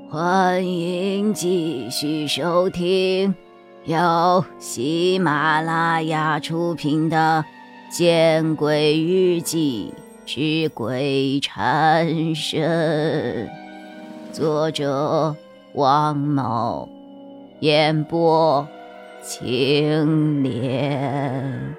欢迎继续收听由喜马拉雅出品的《见鬼日记之鬼缠身》，作者王某，演播青莲。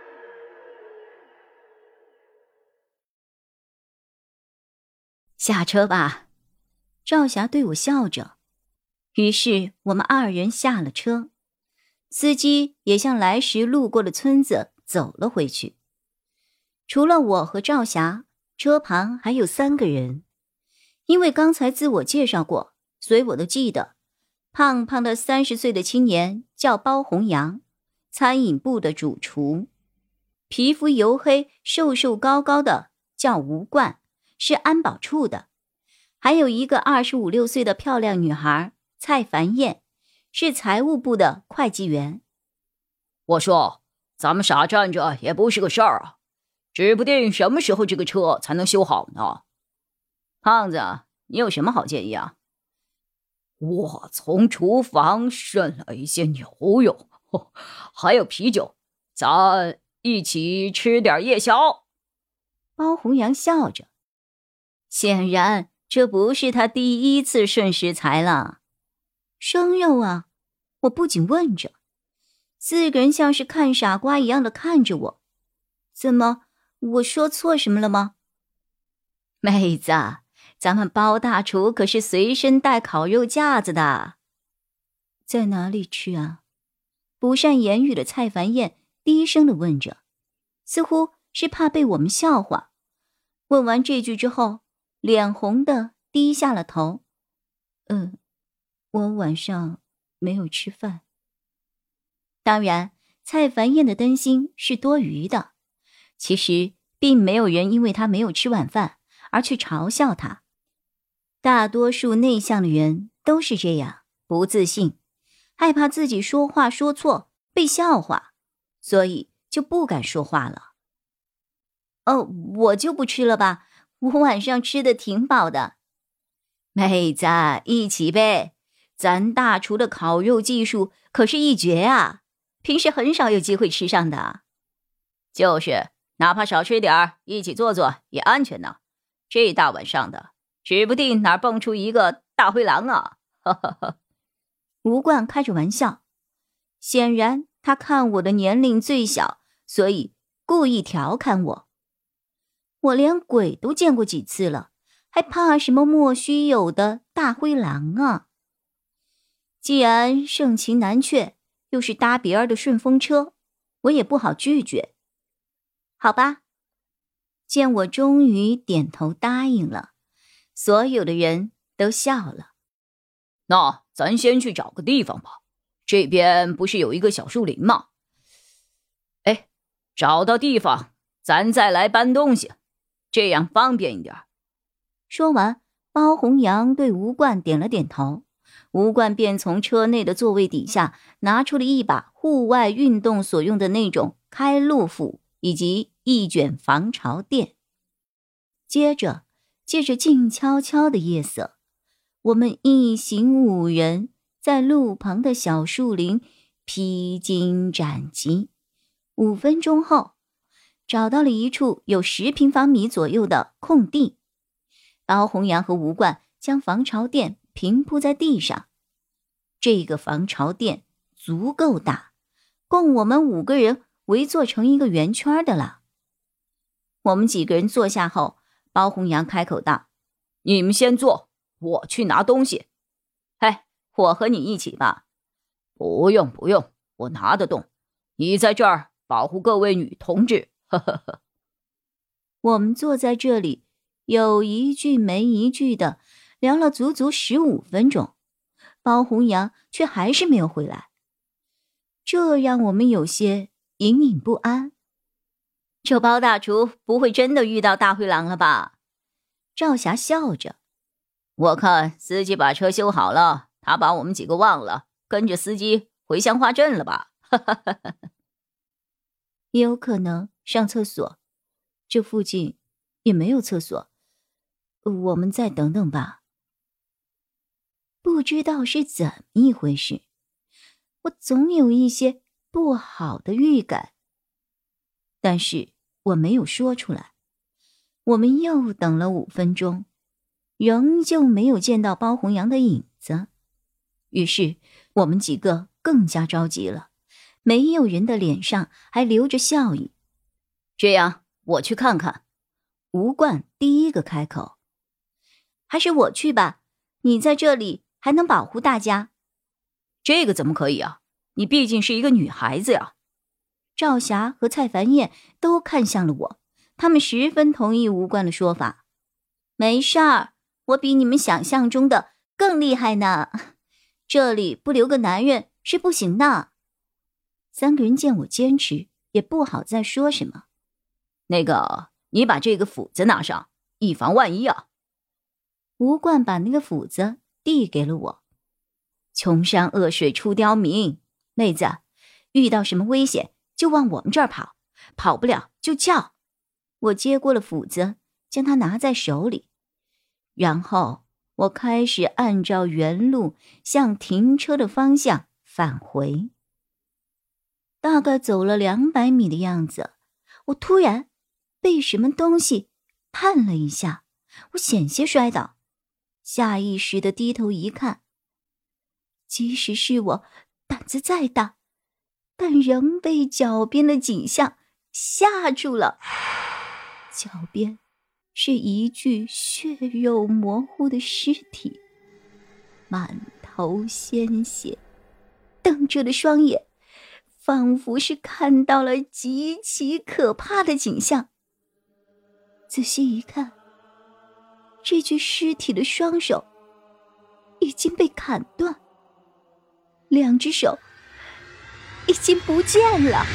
下车吧。赵霞对我笑着，于是我们二人下了车，司机也向来时路过的村子走了回去。除了我和赵霞，车旁还有3个人。因为刚才自我介绍过，所以我都记得。胖胖的30岁的青年叫包弘扬，餐饮部的主厨；皮肤黝黑、瘦瘦高高的叫吴冠，是安保处的。还有一个25、26岁的漂亮女孩蔡凡燕，是财务部的会计员。 我说，咱们傻站着也不是个事儿啊，指不定什么时候这个车才能修好呢。 胖子，你有什么好建议啊？ 我从厨房顺了一些牛肉，还有啤酒，咱一起吃点夜宵。 包弘扬笑着，显然这不是他第一次顺食材了。生肉啊，我不仅问着，4个人像是看傻瓜一样的看着我。怎么，我说错什么了吗？妹子，咱们包大厨可是随身带烤肉架子的。在哪里吃啊？不善言语的蔡凡燕低声的问着，似乎是怕被我们笑话。问完这句之后，脸红的低下了头。我晚上没有吃饭。当然，蔡凡燕的担心是多余的。其实并没有人因为他没有吃晚饭而去嘲笑他。大多数内向的人都是这样，不自信，害怕自己说话说错被笑话，所以就不敢说话了。我就不吃了吧，我晚上吃的挺饱的。妹子，一起呗，咱大厨的烤肉技术可是一绝啊，平时很少有机会吃上的。就是，哪怕少吃点儿，一起坐坐也安全呢。这大晚上的，指不定哪蹦出一个大灰狼啊！吴冠开着玩笑，显然他看我的年龄最小，所以故意调侃我。我连鬼都见过几次了，还怕什么莫须有的大灰狼啊？既然盛情难却，又是搭别人的顺风车，我也不好拒绝。好吧，见我终于点头答应了，所有的人都笑了。 那咱先去找个地方吧，这边不是有一个小树林吗？哎，找到地方，咱再来搬东西，这样方便一点。 说完，包弘扬对吴冠点了点头，吴冠便从车内的座位底下拿出了一把户外运动所用的那种开路斧以及一卷防潮垫。接着，借着静悄悄的夜色，我们一行5人在路旁的小树林披荆斩棘。5分钟后，找到了一处有10平方米左右的空地。包弘扬和吴冠将防潮垫平铺在地上。这个防潮垫足够大，供我们5个人围坐成一个圆圈的了。我们几个人坐下后，包弘扬开口道：“ 你们先坐，我去拿东西。”“ 我和你一起吧。”“ 不用，我拿得动。你在这儿保护各位女同志。”呵呵呵。 我们坐在这里，有一句没一句的聊了足足15分钟，包弘扬却还是没有回来，这让我们有些隐隐不安。这包大厨不会真的遇到大灰狼了吧？赵霞笑着，我看司机把车修好了，他把我们几个忘了，跟着司机回香花镇了吧？也有可能上厕所，这附近也没有厕所，我们再等等吧。 不知道是怎么一回事，我总有一些不好的预感，但是我没有说出来。我们又等了5分钟，仍旧没有见到包红阳的影子。于是我们几个更加着急了，没有人的脸上还留着笑意。 这样，我去看看。 吴冠第一个开口。还是我去吧，你在这里还能保护大家。 这个怎么可以啊？你毕竟是一个女孩子呀。 赵霞和蔡凡燕都看向了我，他们十分同意吴冠的说法。没事儿，我比你们想象中的更厉害呢。这里不留个男人是不行的。3个人见我坚持，也不好再说什么。 那个，你把这个斧子拿上，以防万一啊。 吴冠把那个斧子递给了我。穷山恶水出刁民，妹子，遇到什么危险就往我们这儿跑，跑不了就叫。我接过了斧子，将它拿在手里，然后我开始按照原路向停车的方向返回。大概走了200米的样子，我突然被什么东西绊了一下，我险些摔倒，下意识地低头一看，即使是我胆子再大，但仍被脚边的景象吓住了。脚边是一具血肉模糊的尸体，满头鲜血，瞪着的双眼仿佛是看到了极其可怕的景象。仔细一看，这具尸体的双手已经被砍断，2只手已经不见了。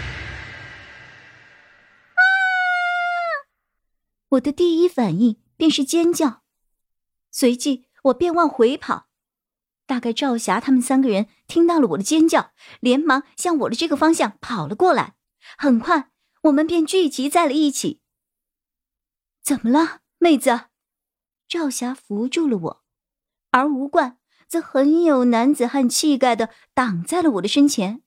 我的第一反应便是尖叫，随即我便往回跑。大概赵霞他们3个人听到了我的尖叫，连忙向我的这个方向跑了过来。很快我们便聚集在了一起。怎么了，妹子？赵霞扶住了我，而吴冠则很有男子汉气概地挡在了我的身前。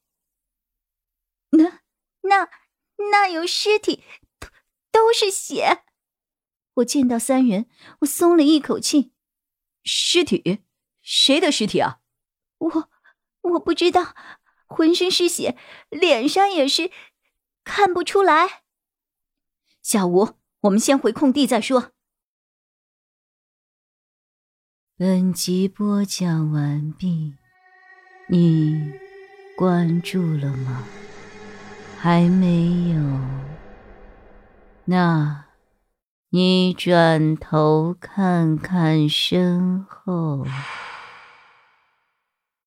那有尸体，都是血。我见到3人，我松了一口气。 尸体？谁的尸体啊？ 我不知道，浑身是血，脸上也是，看不出来。 小吴，我们先回空地再说。 本集播讲完毕，你关注了吗？还没有？那你转头看看身后。